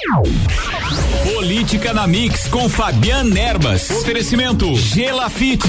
Política na Mix com Fabiano Erbas. Oferecimento Gelafite.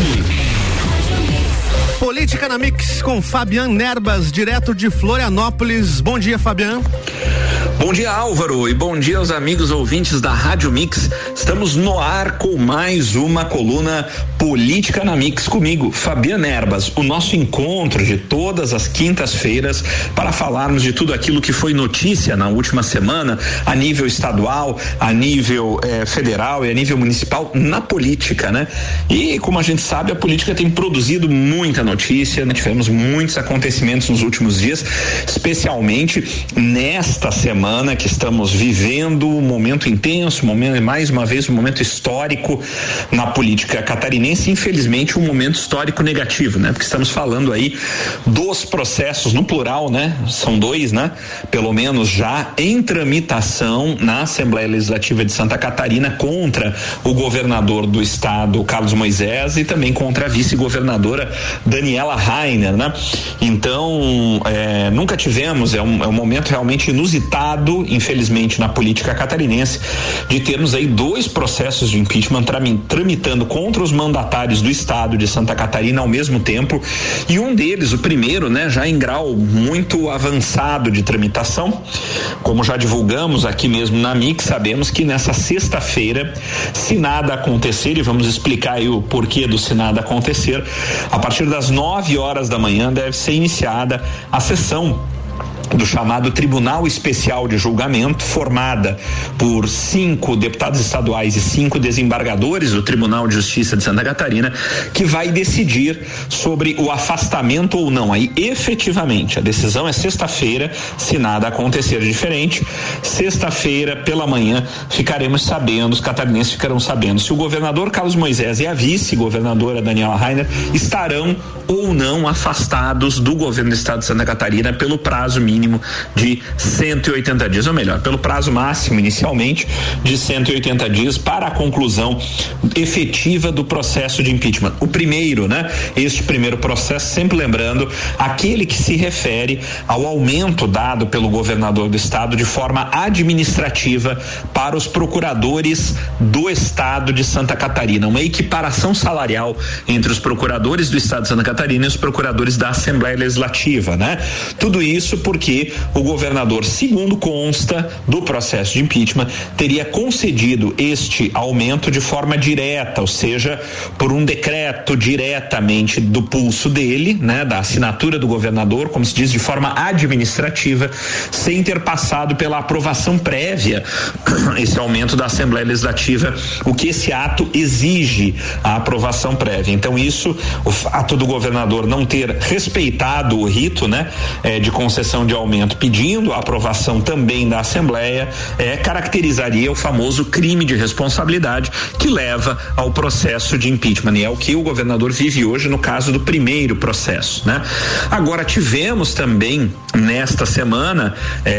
Política na Mix com Fabiano Erbas, direto de Florianópolis. Bom dia, Fabiano. Bom dia, Álvaro, e bom dia aos amigos ouvintes da Rádio Mix. Estamos no ar com mais uma coluna Política na Mix comigo, Fabiano Erbas, o nosso encontro de todas as quintas-feiras para falarmos de tudo aquilo que foi notícia na última semana a nível estadual, a nível federal e a nível municipal na política, né? E como a gente sabe, a política tem produzido muita notícia, né? Tivemos muitos acontecimentos nos últimos dias, especialmente nesta semana que estamos vivendo um momento intenso, mais uma vez um momento histórico na política catarinense, infelizmente um momento histórico negativo, né? Porque estamos falando aí dos processos no plural, né? São dois, né? Pelo menos já em tramitação na Assembleia Legislativa de Santa Catarina contra o governador do estado, Carlos Moisés, e também contra a vice-governadora Daniela Rainer, né? Então, nunca tivemos, é um momento realmente inusitado, infelizmente, na política catarinense, de termos aí dois processos de impeachment tramitando contra os mandatários do estado de Santa Catarina ao mesmo tempo, e um deles, o primeiro, né, já em grau muito avançado de tramitação. Como já divulgamos aqui mesmo na Mix, sabemos que nessa sexta-feira, se nada acontecer, e vamos explicar aí o porquê do se nada acontecer, a partir das 9h da manhã deve ser iniciada a sessão do chamado Tribunal Especial de Julgamento, formada por 5 deputados estaduais e 5 desembargadores do Tribunal de Justiça de Santa Catarina, que vai decidir sobre o afastamento ou não. Aí, efetivamente, a decisão é sexta-feira, se nada acontecer diferente. Sexta-feira, pela manhã, ficaremos sabendo, os catarinenses ficarão sabendo se o governador Carlos Moisés e a vice-governadora Daniela Rainer estarão ou não afastados do governo do estado de Santa Catarina pelo prazo mínimo de 180 dias, ou melhor, pelo prazo máximo inicialmente de 180 dias para a conclusão efetiva do processo de impeachment. O primeiro, né? Este primeiro processo, sempre lembrando, aquele que se refere ao aumento dado pelo governador do estado de forma administrativa para os procuradores do estado de Santa Catarina, uma equiparação salarial entre os procuradores do estado de Santa Catarina e os procuradores da Assembleia Legislativa, né? Tudo isso porque o governador, segundo consta do processo de impeachment, teria concedido este aumento de forma direta, ou seja, por um decreto diretamente do pulso dele, né, da assinatura do governador, como se diz, de forma administrativa, sem ter passado pela aprovação prévia esse aumento da Assembleia Legislativa, o que esse ato exige a aprovação prévia. Então isso, o fato do governador não ter respeitado o rito, né, de concessão de aumento, pedindo a aprovação também da Assembleia, caracterizaria o famoso crime de responsabilidade que leva ao processo de impeachment, e é o que o governador vive hoje no caso do primeiro processo, né? Agora tivemos também nesta semana,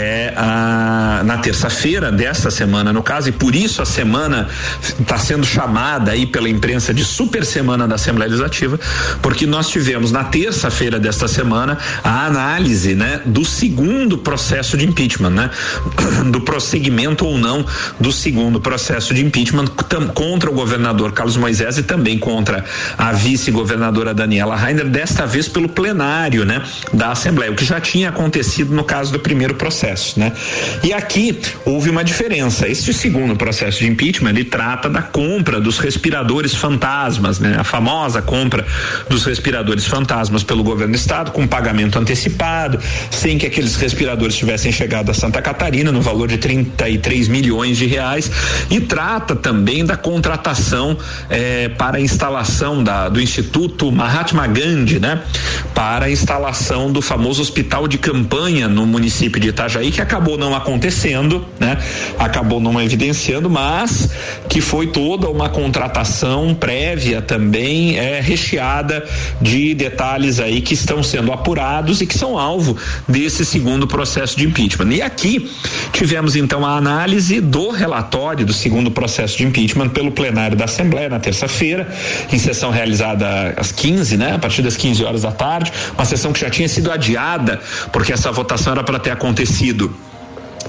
na terça-feira desta semana, no caso, e por isso a semana está sendo chamada aí pela imprensa de super semana da Assembleia Legislativa, porque nós tivemos na terça-feira desta semana a análise, né, do segundo processo de impeachment, né? Do prosseguimento ou não do segundo processo de impeachment contra o governador Carlos Moisés e também contra a vice-governadora Daniela Rainer, desta vez pelo plenário, né, da Assembleia, o que já tinha acontecido no caso do primeiro processo, né? E aqui houve uma diferença. Este segundo processo de impeachment, ele trata da compra dos respiradores fantasmas, né? A famosa compra dos respiradores fantasmas pelo governo do estado, com pagamento antecipado, sem que aqueles respiradores tivessem chegado a Santa Catarina, no valor de 33 milhões de reais, e trata também da contratação para a instalação do Instituto Mahatma Gandhi, né? Para a instalação do famoso hospital de campanha no município de Itajaí, que acabou não acontecendo, né? Acabou não evidenciando, mas que foi toda uma contratação prévia também, recheada de detalhes aí que estão sendo apurados e que são alvo desse segundo processo de impeachment. E aqui tivemos então a análise do relatório do segundo processo de impeachment pelo plenário da Assembleia na terça-feira, em sessão realizada às 15, né? A partir das 15h da tarde, uma sessão que já tinha sido adiada, porque essa votação era para ter acontecido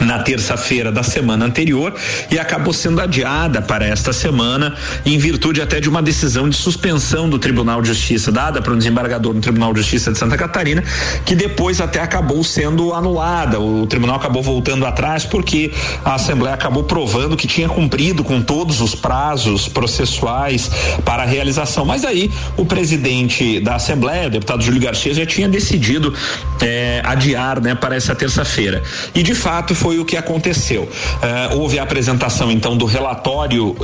na terça-feira da semana anterior e acabou sendo adiada para esta semana em virtude até de uma decisão de suspensão do Tribunal de Justiça dada para um desembargador no Tribunal de Justiça de Santa Catarina, que depois até acabou sendo anulada. O tribunal acabou voltando atrás porque a Assembleia acabou provando que tinha cumprido com todos os prazos processuais para a realização. Mas aí o presidente da Assembleia, o deputado Júlio Garcês, já tinha decidido adiar, né, para essa terça-feira. E de fato foi o que aconteceu. Houve a apresentação então do relatório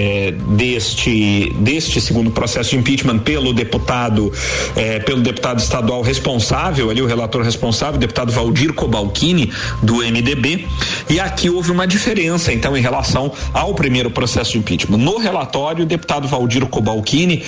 deste segundo processo de impeachment pelo deputado estadual responsável, ali o relator responsável, o deputado Valdir Cobalcini, do MDB, e aqui houve uma diferença então em relação ao primeiro processo de impeachment. No relatório, o deputado Valdir Cobalcini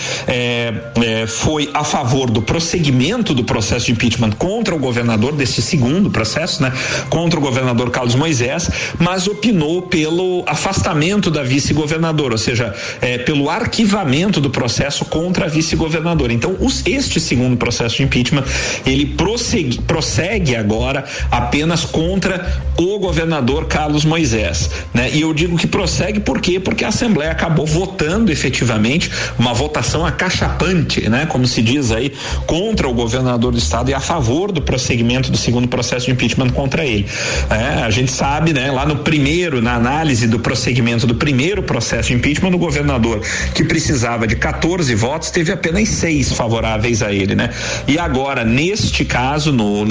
foi a favor do prosseguimento do processo de impeachment contra o governador desse segundo processo, né, contra o governador Carlos Moisés, mas opinou pelo afastamento da vice-governadora, ou seja, pelo arquivamento do processo contra a vice-governadora. Então, este segundo processo de impeachment, ele prossegue agora apenas contra o governador Carlos Moisés, né? E eu digo que prossegue por quê? Porque a Assembleia acabou votando efetivamente uma votação acachapante, né? Como se diz aí, contra o governador do estado e a favor do prosseguimento do segundo processo de impeachment contra ele. A gente sabe, né? Lá na análise do prosseguimento do primeiro processo de impeachment, o governador, que precisava de 14 votos, teve apenas 6 favoráveis a ele, né? E agora, neste caso,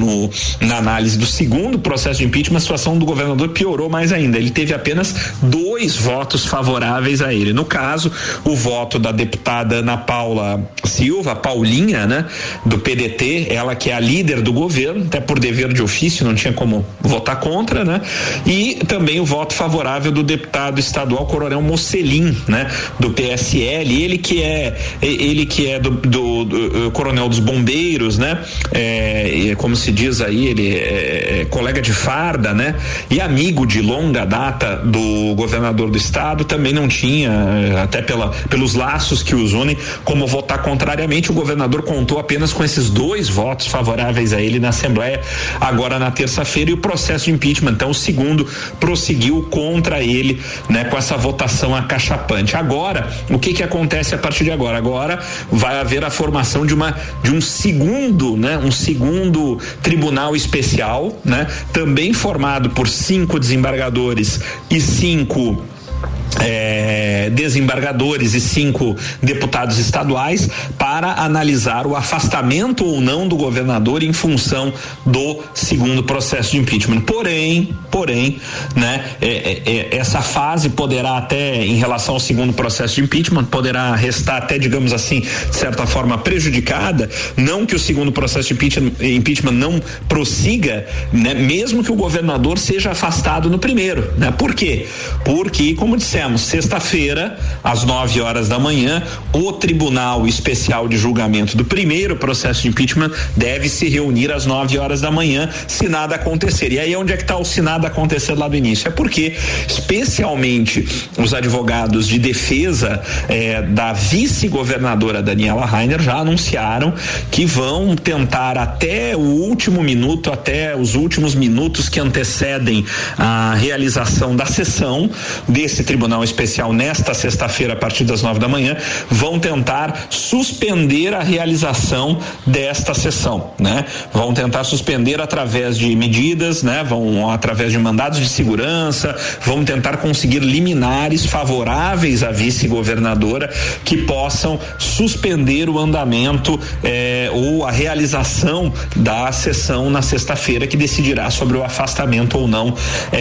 na análise do segundo processo de impeachment, a situação do governador piorou mais ainda. Ele teve apenas 2 votos favoráveis a ele. No caso, o voto da deputada Ana Paula Silva, Paulinha, né? Do PDT, ela que é a líder do governo, até por dever de ofício, não tinha como votar contra, né? E também o voto favorável do deputado estadual Coronel Mocelin, né? Do PSL, ele que é do coronel dos bombeiros, né? Como se diz aí, ele é colega de farda, né? E amigo de longa data do governador do estado, também não tinha, até pelos laços que os unem, como votar contrariamente. O governador contou apenas com esses 2 votos favoráveis a ele na Assembleia, agora na terça-feira, e o processo de impeachment, então o segundo, prosseguiu contra ele, né? Com essa votação acachapante. Agora, o que acontece a partir de agora? Agora vai haver a formação de um segundo, né? Um segundo tribunal especial, né? Também formado por 5 desembargadores e 5 desembargadores e 5 deputados estaduais, para analisar o afastamento ou não do governador em função do segundo processo de impeachment. Porém, né, essa fase poderá até, em relação ao segundo processo de impeachment, poderá restar até, digamos assim, de certa forma prejudicada, não que o segundo processo de impeachment não prossiga, né, mesmo que o governador seja afastado no primeiro, né? Por quê? Porque, como dissemos, sexta-feira, às 9h da manhã, o Tribunal Especial de Julgamento do primeiro processo de impeachment deve se reunir às 9h da manhã, se nada acontecer. E aí, onde é que está o se nada acontecer lá do início? É porque, especialmente, os advogados de defesa da vice-governadora Daniela Rainer já anunciaram que vão tentar até o último minuto, até os últimos minutos que antecedem a realização da sessão desse Tribunal Especial nesta sexta-feira, a partir das 9h da manhã, vão tentar suspender a realização desta sessão, né? Vão tentar suspender através de medidas, né? Através de mandados de segurança, vão tentar conseguir liminares favoráveis à vice-governadora que possam suspender o andamento ou a realização da sessão na sexta-feira, que decidirá sobre o afastamento ou não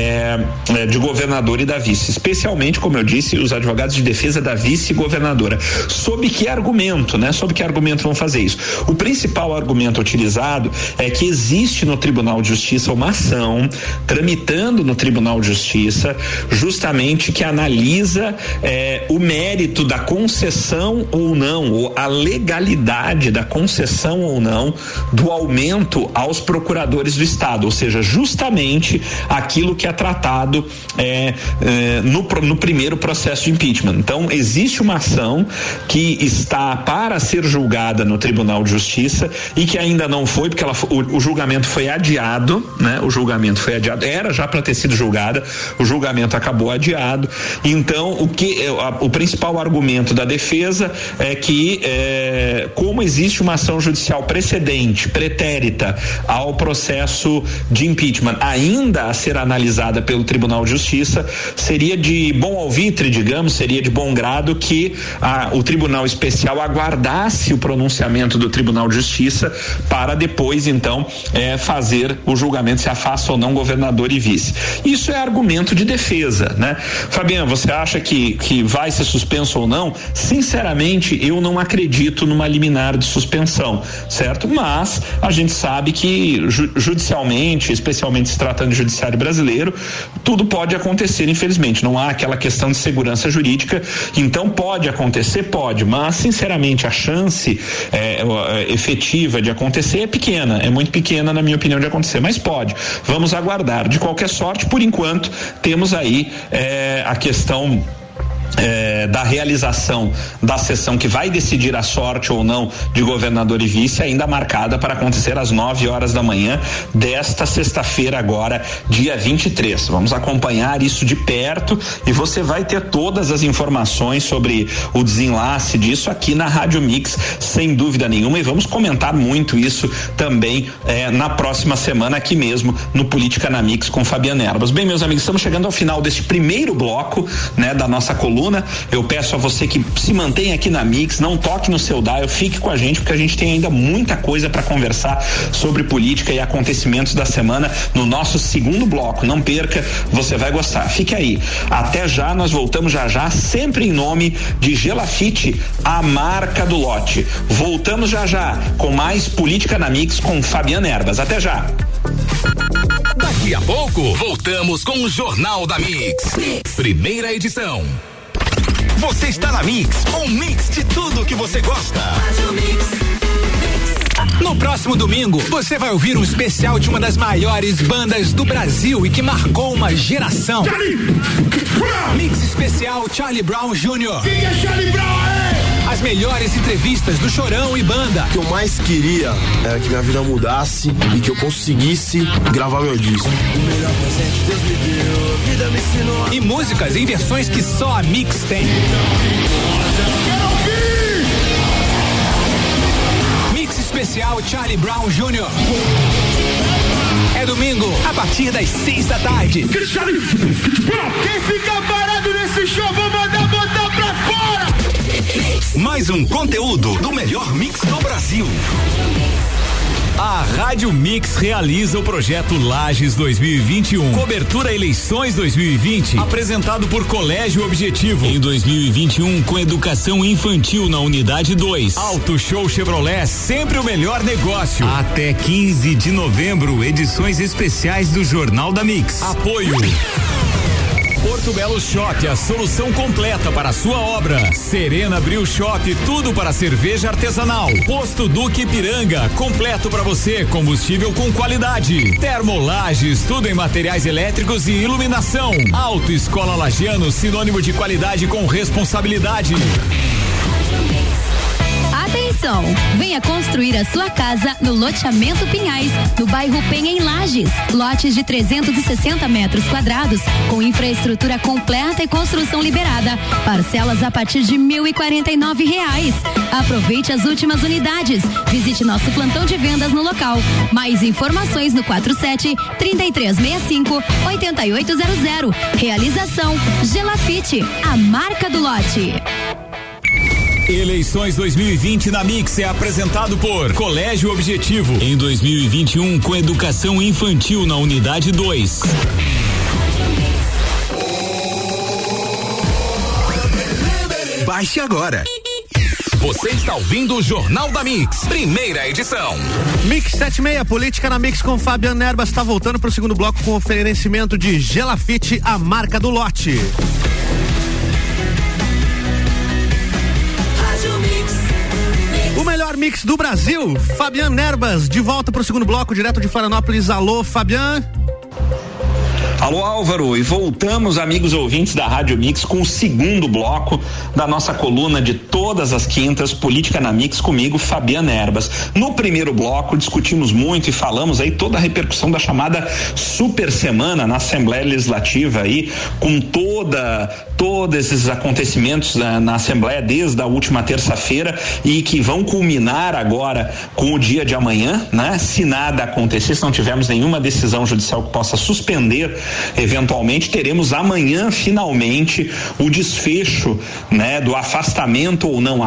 de governador e da vice, especialmente, como eu disse, os advogados de defesa da vice-governadora. Sob que argumento, né? Sob que argumento vão fazer isso? O principal argumento utilizado é que existe no Tribunal de Justiça uma ação tramitando no Tribunal de Justiça, justamente, que analisa o mérito da concessão ou não, ou a legalidade da concessão ou não do aumento aos procuradores do Estado, ou seja, justamente aquilo que é tratado no primeiro processo de impeachment. Então, existe uma ação que está para ser julgada no Tribunal de Justiça e que ainda não foi, porque o julgamento foi adiado, né? O julgamento foi adiado, era já para ter sido julgada, o julgamento acabou adiado. Então, o principal argumento da defesa é que, como existe uma ação judicial precedente, pretérita ao processo de impeachment, ainda a ser analisada pelo Tribunal de Justiça, seria de bom alvitre, digamos, seria de bom grado que o Tribunal Especial aguardasse o pronunciamento do Tribunal de Justiça para depois, então, fazer o julgamento se afasta ou não governador e vice. Isso é argumento de defesa, né? Fabiano, você acha que vai ser suspenso ou não? Sinceramente, eu não acredito numa liminar de suspensão, certo? Mas a gente sabe que judicialmente, especialmente se tratando de judiciário brasileiro, tudo pode acontecer, infelizmente. Não há aquela questão de segurança jurídica, então pode acontecer, pode, mas sinceramente a chance efetiva de acontecer é pequena, é muito pequena na minha opinião de acontecer, mas pode. Vamos aguardar. De qualquer sorte, por enquanto, temos aí a questão da realização da sessão que vai decidir a sorte ou não de governador e vice, ainda marcada para acontecer às 9h da manhã desta sexta-feira, agora, dia 23. Vamos acompanhar isso de perto e você vai ter todas as informações sobre o desenlace disso aqui na Rádio Mix, sem dúvida nenhuma, e vamos comentar muito isso também na próxima semana aqui mesmo no Política na Mix com Fabiana Erbas. Bem, meus amigos, estamos chegando ao final deste primeiro bloco, né, da nossa coluna. Eu peço a você que se mantenha aqui na Mix, não toque no seu dial, fique com a gente, porque a gente tem ainda muita coisa para conversar sobre política e acontecimentos da semana no nosso segundo bloco. Não perca, você vai gostar. Fique aí. Até já, nós voltamos já, sempre em nome de Gelafite, a marca do lote. Voltamos já com mais Política na Mix com Fabiana Erbas. Até já. Daqui a pouco, voltamos com o Jornal da Mix. Primeira edição. Você está na Mix, um mix de tudo que você gosta. No próximo domingo, você vai ouvir um especial de uma das maiores bandas do Brasil e que marcou uma geração. Mix especial Charlie Brown Jr. Quem é Charlie Brown? As melhores entrevistas do Chorão e banda. O que eu mais queria era que minha vida mudasse e que eu conseguisse gravar meu disco. O melhor presente Deus me deu, a vida me ensinou. E músicas em versões que só a Mix tem. Mix especial Charlie Brown Jr. É domingo, a partir das 6h. Quem fica parado nesse show, vou mandar botar pra fora. Mais um conteúdo do melhor mix do Brasil. A Rádio Mix realiza o projeto Lages 2021. Cobertura Eleições 2020. Apresentado por Colégio Objetivo. Em 2021, com educação infantil na unidade 2. Auto Show Chevrolet, sempre o melhor negócio. Até 15 de novembro, edições especiais do Jornal da Mix. Apoio. Porto Belo Shop, a solução completa para a sua obra. Serena Brew Shop, tudo para cerveja artesanal. Posto Duque Ipiranga, completo para você, combustível com qualidade. Termolages, tudo em materiais elétricos e iluminação. Autoescola Lagiano, sinônimo de qualidade com responsabilidade. Atenção! Venha construir a sua casa no loteamento Pinhais, no bairro Penha, em Lages. Lotes de 360 metros quadrados, com infraestrutura completa e construção liberada. Parcelas a partir de R$1.049. Aproveite as últimas unidades. Visite nosso plantão de vendas no local. Mais informações no 47-3365-8800. Realização Gelafite, a marca do lote. Eleições 2020 na Mix é apresentado por Colégio Objetivo. Em 2021, com educação infantil na unidade 2. Baixe agora. Você está ouvindo o Jornal da Mix, primeira edição. Mix 76, Política na Mix com Fabiana Erbas, está voltando para o segundo bloco com oferecimento de Gelafite, a marca do lote. O melhor mix do Brasil, Fabiana Erbas, de volta pro segundo bloco, direto de Florianópolis. Alô, Fabian. Alô, Álvaro, e voltamos, amigos ouvintes da Rádio Mix, com o segundo bloco da nossa coluna de todas as quintas, Política na Mix, comigo, Fabiana Erbas. No primeiro bloco, discutimos muito e falamos aí toda a repercussão da chamada Super Semana na Assembleia Legislativa aí, com todos esses acontecimentos na Assembleia desde a última terça-feira e que vão culminar agora com o dia de amanhã, né? Se nada acontecer, se não tivermos nenhuma decisão judicial que possa suspender, eventualmente teremos amanhã finalmente o desfecho, né, do afastamento ou não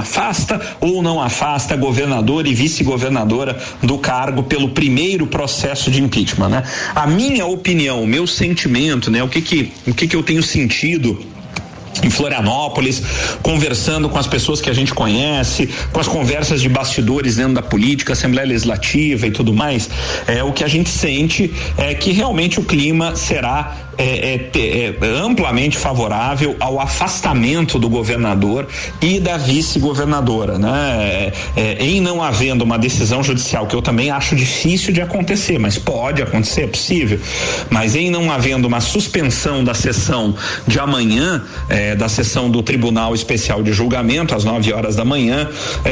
afasta governador e vice-governadora do cargo pelo primeiro processo de impeachment, né? A minha opinião, o meu sentimento, né, o que eu tenho sentido em Florianópolis, conversando com as pessoas que a gente conhece, com as conversas de bastidores dentro da política, Assembleia Legislativa e tudo mais, o que a gente sente é que realmente o clima será amplamente favorável ao afastamento do governador e da vice-governadora, né? Em não havendo uma decisão judicial, que eu também acho difícil de acontecer, mas pode acontecer, é possível, mas em não havendo uma suspensão da sessão de amanhã, da sessão do Tribunal Especial de Julgamento às 9h da manhã,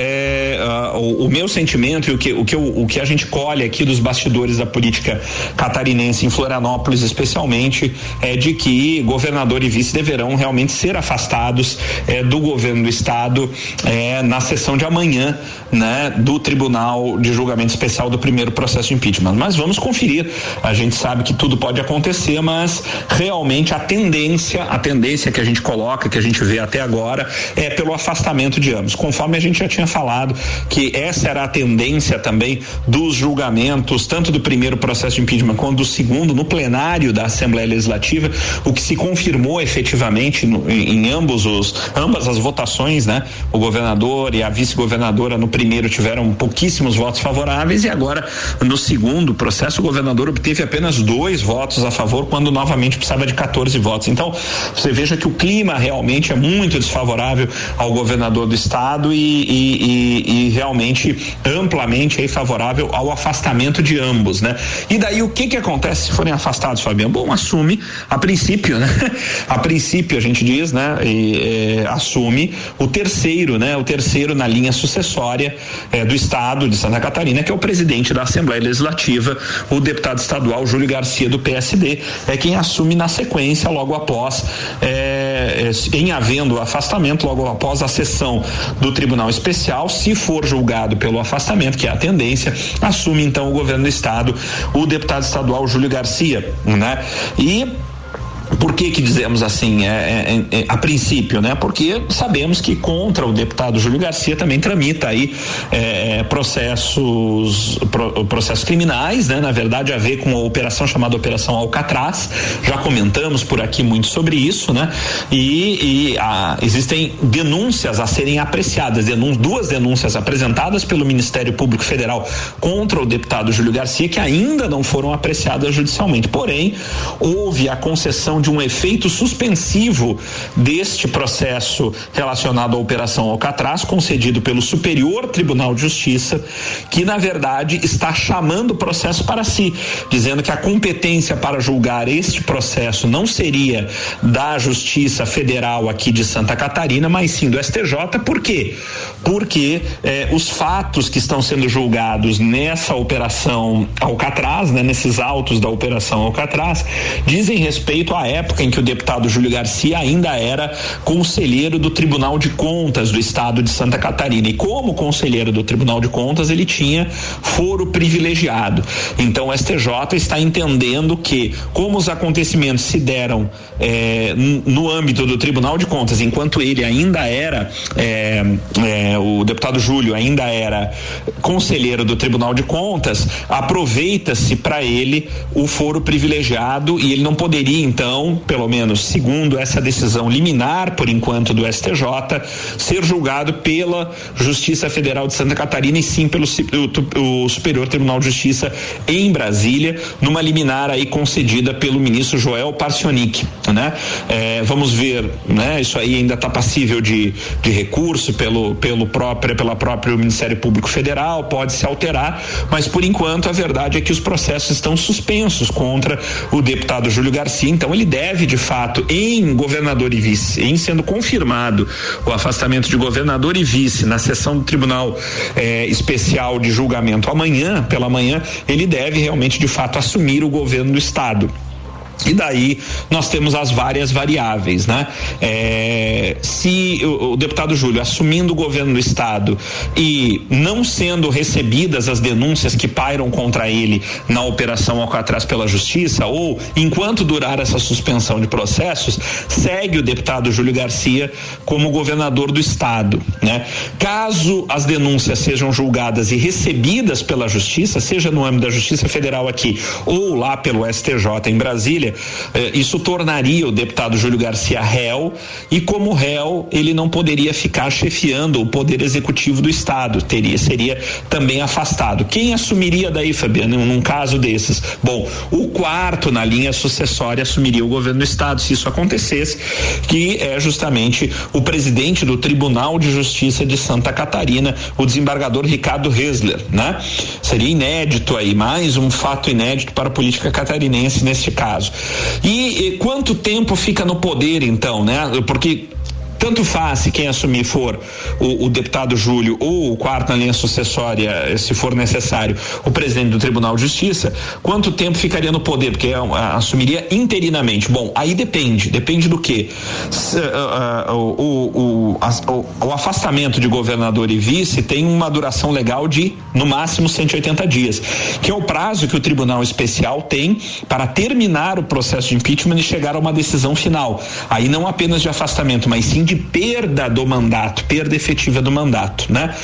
o meu sentimento e o que a gente colhe aqui dos bastidores da política catarinense em Florianópolis especialmente é de que governador e vice deverão realmente ser afastados do governo do estado na sessão de amanhã, né, do Tribunal de Julgamento Especial do primeiro processo de impeachment. Mas vamos conferir, a gente sabe que tudo pode acontecer, mas realmente a tendência que a gente coloca, que a gente vê até agora, é pelo afastamento de ambos, conforme a gente já tinha falado que essa era a tendência também dos julgamentos, tanto do primeiro processo de impeachment quanto do segundo, no plenário da Assembleia Legislativa, o que se confirmou efetivamente em ambas as votações, né? O governador e a vice-governadora no primeiro tiveram pouquíssimos votos favoráveis e agora no segundo processo o governador obteve apenas 2 votos a favor quando novamente precisava de 14 votos. Então você veja que o clima realmente é muito desfavorável ao governador do estado e realmente amplamente é favorável ao afastamento de ambos, né? E daí o que acontece se forem afastados, Fabiano? Bom, assume a princípio, né? A princípio a gente diz, né? Assume o terceiro, né? O terceiro na linha sucessória do estado de Santa Catarina, que é o presidente da Assembleia Legislativa, o deputado estadual Júlio Garcia do PSD, é quem assume na sequência logo após em havendo afastamento, logo após a sessão do Tribunal Especial, se for julgado pelo afastamento, que é a tendência, assume então o governo do estado, o deputado estadual Júlio Garcia, né? E por que dizemos assim, a princípio, né? Porque sabemos que contra o deputado Júlio Garcia também tramita aí processos criminais, né? Na verdade, a ver com a operação chamada Operação Alcatraz, já comentamos por aqui muito sobre isso, né? Existem denúncias a serem apreciadas, 2 denúncias apresentadas pelo Ministério Público Federal contra o deputado Júlio Garcia, que ainda não foram apreciadas judicialmente, porém, houve a concessão de um efeito suspensivo deste processo relacionado à Operação Alcatraz, concedido pelo Superior Tribunal de Justiça, que na verdade está chamando o processo para si, dizendo que a competência para julgar este processo não seria da Justiça Federal aqui de Santa Catarina, mas sim do STJ. Por quê? Porque os fatos que estão sendo julgados nessa Operação Alcatraz, né, nesses autos da Operação Alcatraz, dizem respeito à época em que o deputado Júlio Garcia ainda era conselheiro do Tribunal de Contas do estado de Santa Catarina, e como conselheiro do Tribunal de Contas ele tinha foro privilegiado. Então o STJ está entendendo que, como os acontecimentos se deram no âmbito do Tribunal de Contas, enquanto ele ainda era o deputado Júlio ainda era conselheiro do Tribunal de Contas, aproveita-se para ele o foro privilegiado e ele não poderia então vão, pelo menos segundo essa decisão liminar, por enquanto, do STJ, ser julgado pela Justiça Federal de Santa Catarina e sim pelo o Superior Tribunal de Justiça em Brasília, numa liminar aí concedida pelo ministro Joel Parcionic, né? Vamos ver, né? Isso aí ainda está passível de recurso pela próprio Ministério Público Federal, pode se alterar, mas por enquanto a verdade é que os processos estão suspensos contra o deputado Júlio Garcia, então ele deve, de fato, em governador e vice, em sendo confirmado o afastamento de governador e vice na sessão do Tribunal Especial de Julgamento amanhã, pela manhã, ele deve realmente, de fato, assumir o governo do estado. E daí nós temos as várias variáveis, né? Se o deputado Júlio assumindo o governo do estado e não sendo recebidas as denúncias que pairam contra ele na operação Alcatraz pela justiça, ou enquanto durar essa suspensão de processos, segue o deputado Júlio Garcia como governador do estado, né? Caso as denúncias sejam julgadas e recebidas pela justiça, seja no âmbito da Justiça Federal aqui ou lá pelo STJ em Brasília, isso tornaria o deputado Júlio Garcia réu, e como réu ele não poderia ficar chefiando o poder executivo do estado, seria também afastado. Quem assumiria daí, Fabiano, num caso desses? Bom, o quarto na linha sucessória assumiria o governo do estado, se isso acontecesse, que é justamente o presidente do Tribunal de Justiça de Santa Catarina, o desembargador Ricardo Hesler, né? Seria inédito aí, mais um fato inédito para a política catarinense neste caso. E quanto tempo fica no poder, então, né? Porque tanto faz se quem assumir for o deputado Júlio ou o quarto na linha sucessória, se for necessário, o presidente do Tribunal de Justiça, quanto tempo ficaria no poder? Porque assumiria interinamente. Bom, aí depende do quê? O afastamento de governador e vice tem uma duração legal de, no máximo, 180 dias, que é o prazo que o Tribunal Especial tem para terminar o processo de impeachment e chegar a uma decisão final. Aí não apenas de afastamento, mas sim de perda do mandato, perda efetiva do mandato, né?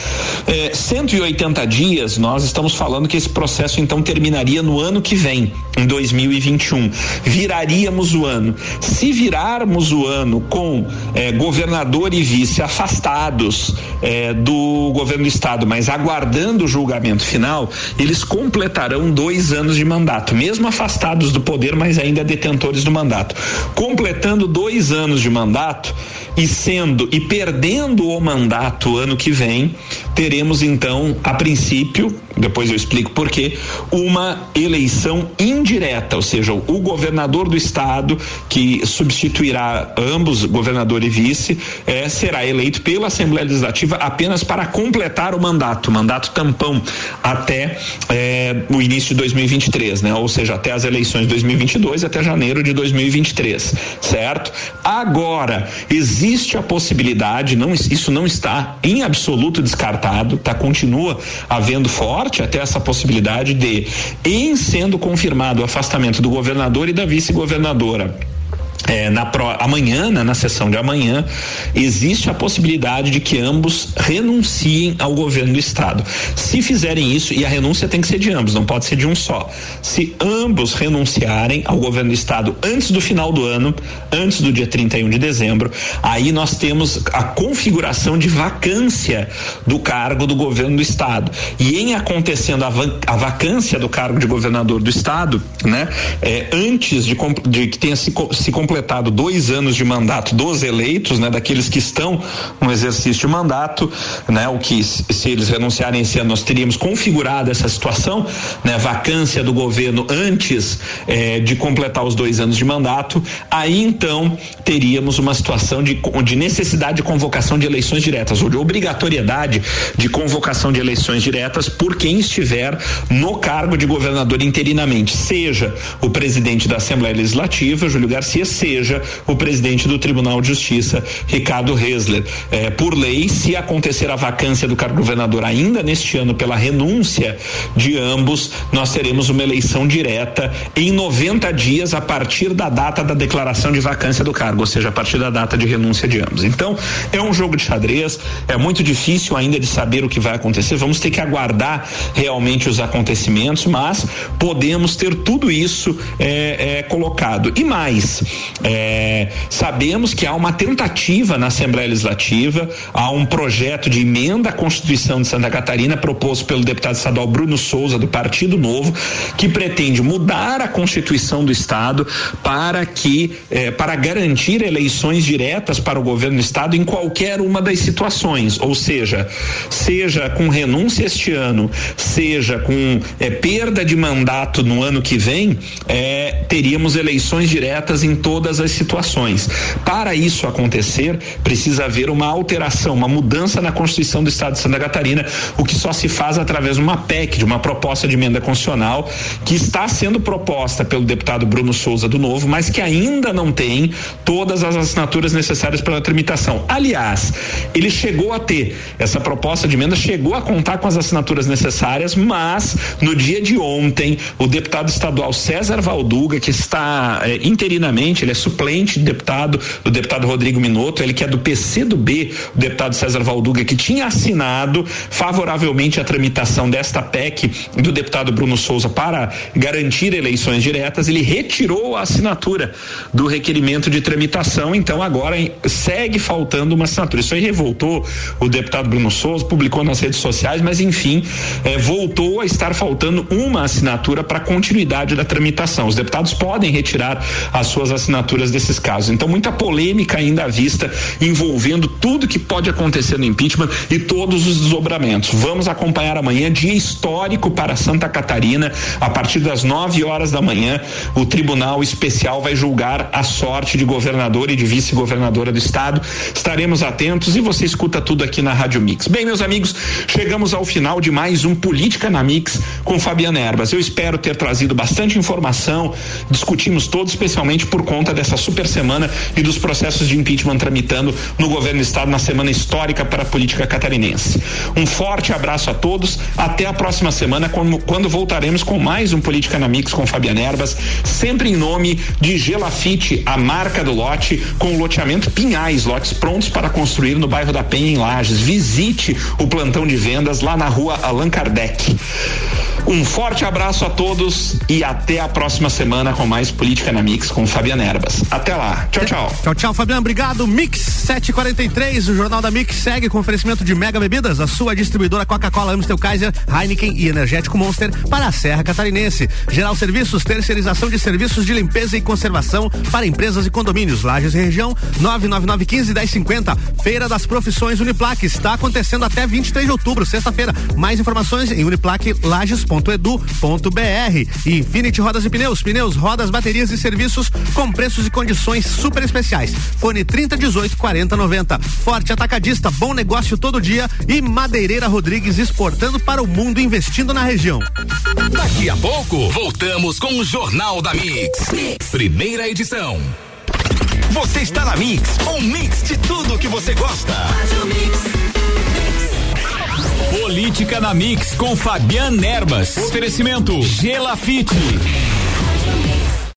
180 dias, nós estamos falando que esse processo então terminaria no ano que vem, em 2021. Viraríamos o ano. Se virarmos o ano com governador e vice afastados do governo do estado, mas aguardando o julgamento final, eles completarão 2 anos de mandato, mesmo afastados do poder, mas ainda detentores do mandato. Completando 2 anos de mandato e perdendo o mandato ano que vem, teremos então, a princípio, depois eu explico por quê, uma eleição indireta, ou seja, o governador do estado, que substituirá ambos, governador e vice, será eleito pela Assembleia Legislativa apenas para completar o mandato tampão, até o início de 2023, né? Ou seja, até as eleições de 2022, até janeiro de 2023, certo? Agora, existe a possibilidade, isso não está em absoluto descartado, continua havendo forte até essa possibilidade de, em sendo confirmado o afastamento do governador e da vice-governadora, amanhã, na sessão de amanhã, existe a possibilidade de que ambos renunciem ao governo do estado. Se fizerem isso, e a renúncia tem que ser de ambos, não pode ser de um só. Se ambos renunciarem ao governo do estado antes do final do ano, antes do dia 31 de dezembro, aí nós temos a configuração de vacância do cargo do governo do estado. E em acontecendo a vacância do cargo de governador do estado, né, antes de que tenha se completado 2 anos de mandato dos eleitos, né, daqueles que estão no exercício de mandato, né, o que se eles renunciarem esse ano nós teríamos configurado essa situação, né, vacância do governo antes de completar os 2 anos de mandato. Aí então teríamos uma situação de necessidade de convocação de eleições diretas, ou de obrigatoriedade de convocação de eleições diretas por quem estiver no cargo de governador interinamente, seja o presidente da Assembleia Legislativa, Júlio Garcia, seja o presidente do Tribunal de Justiça, Ricardo Hesler. Por lei, se acontecer a vacância do cargo governador ainda neste ano pela renúncia de ambos, nós teremos uma eleição direta em 90 dias a partir da data da declaração de vacância do cargo, ou seja, a partir da data de renúncia de ambos. Então, é um jogo de xadrez, é muito difícil ainda de saber o que vai acontecer, vamos ter que aguardar realmente os acontecimentos, mas podemos ter tudo isso colocado. E mais, Sabemos que há uma tentativa na Assembleia Legislativa, há um projeto de emenda à Constituição de Santa Catarina proposto pelo deputado estadual Bruno Souza, do Partido Novo, que pretende mudar a Constituição do Estado para garantir eleições diretas para o governo do Estado em qualquer uma das situações, ou seja com renúncia este ano, seja com perda de mandato no ano que vem, teríamos eleições diretas em todas as situações. Para isso acontecer, precisa haver uma alteração, uma mudança na Constituição do Estado de Santa Catarina, o que só se faz através de uma PEC, de uma proposta de emenda constitucional, que está sendo proposta pelo deputado Bruno Souza do Novo, mas que ainda não tem todas as assinaturas necessárias para a tramitação. Aliás, ele chegou a ter, essa proposta de emenda chegou a contar com as assinaturas necessárias, mas no dia de ontem, o deputado estadual César Valduga, que está interinamente, ele é suplente do deputado Rodrigo Minotto, ele que é do PCdoB, o deputado César Valduga, que tinha assinado favoravelmente a tramitação desta PEC do deputado Bruno Souza para garantir eleições diretas, ele retirou a assinatura do requerimento de tramitação, então agora segue faltando uma assinatura. Isso aí revoltou o deputado Bruno Souza, publicou nas redes sociais, mas enfim, voltou a estar faltando uma assinatura para continuidade da tramitação. Os deputados podem retirar as suas assinaturas desses casos. Então, muita polêmica ainda à vista, envolvendo tudo que pode acontecer no impeachment e todos os desdobramentos. Vamos acompanhar amanhã, dia histórico para Santa Catarina. A partir das 9h da manhã, o Tribunal Especial vai julgar a sorte de governador e de vice-governadora do estado. Estaremos atentos e você escuta tudo aqui na Rádio Mix. Bem, meus amigos, chegamos ao final de mais um Política na Mix com Fabiana Erbas. Eu espero ter trazido bastante informação, discutimos todos, especialmente por conta dessa super semana e dos processos de impeachment tramitando no governo do estado na semana histórica para a política catarinense. Um forte abraço a todos, até a próxima semana, quando voltaremos com mais um Política na Mix com Fabiana Erbas, sempre em nome de Gelafite, a marca do lote, com o loteamento Pinhais, lotes prontos para construir no bairro da Penha, em Lages. Visite o plantão de vendas lá na rua Allan Kardec. Um forte abraço a todos e até a próxima semana com mais Política na Mix com Fabiana Erbas. Até lá. Tchau, tchau. Tchau, tchau, Fabiano. Obrigado. Mix 743, o Jornal da Mix segue com oferecimento de Mega Bebidas, a sua distribuidora Coca-Cola, Amstel, Kaiser, Heineken e Energético Monster para a Serra Catarinense. Geral Serviços, terceirização de serviços de limpeza e conservação para empresas e condomínios. Lages e região, 99915-1050. Feira das Profissões Uniplac está acontecendo até 23 de outubro, sexta-feira. Mais informações em uniplaclages.edu.br. E Infinity Rodas e Pneus, rodas, baterias e serviços com preços e condições super especiais. Fone 3018-4090. Forte Atacadista, bom negócio todo dia. E Madeireira Rodrigues, exportando para o mundo, investindo na região. Daqui a pouco, voltamos com o Jornal da Mix. Primeira edição. Você está na Mix, um mix de tudo que você gosta. Política na Mix com Fabiana Erbas. Oferecimento Gelafite.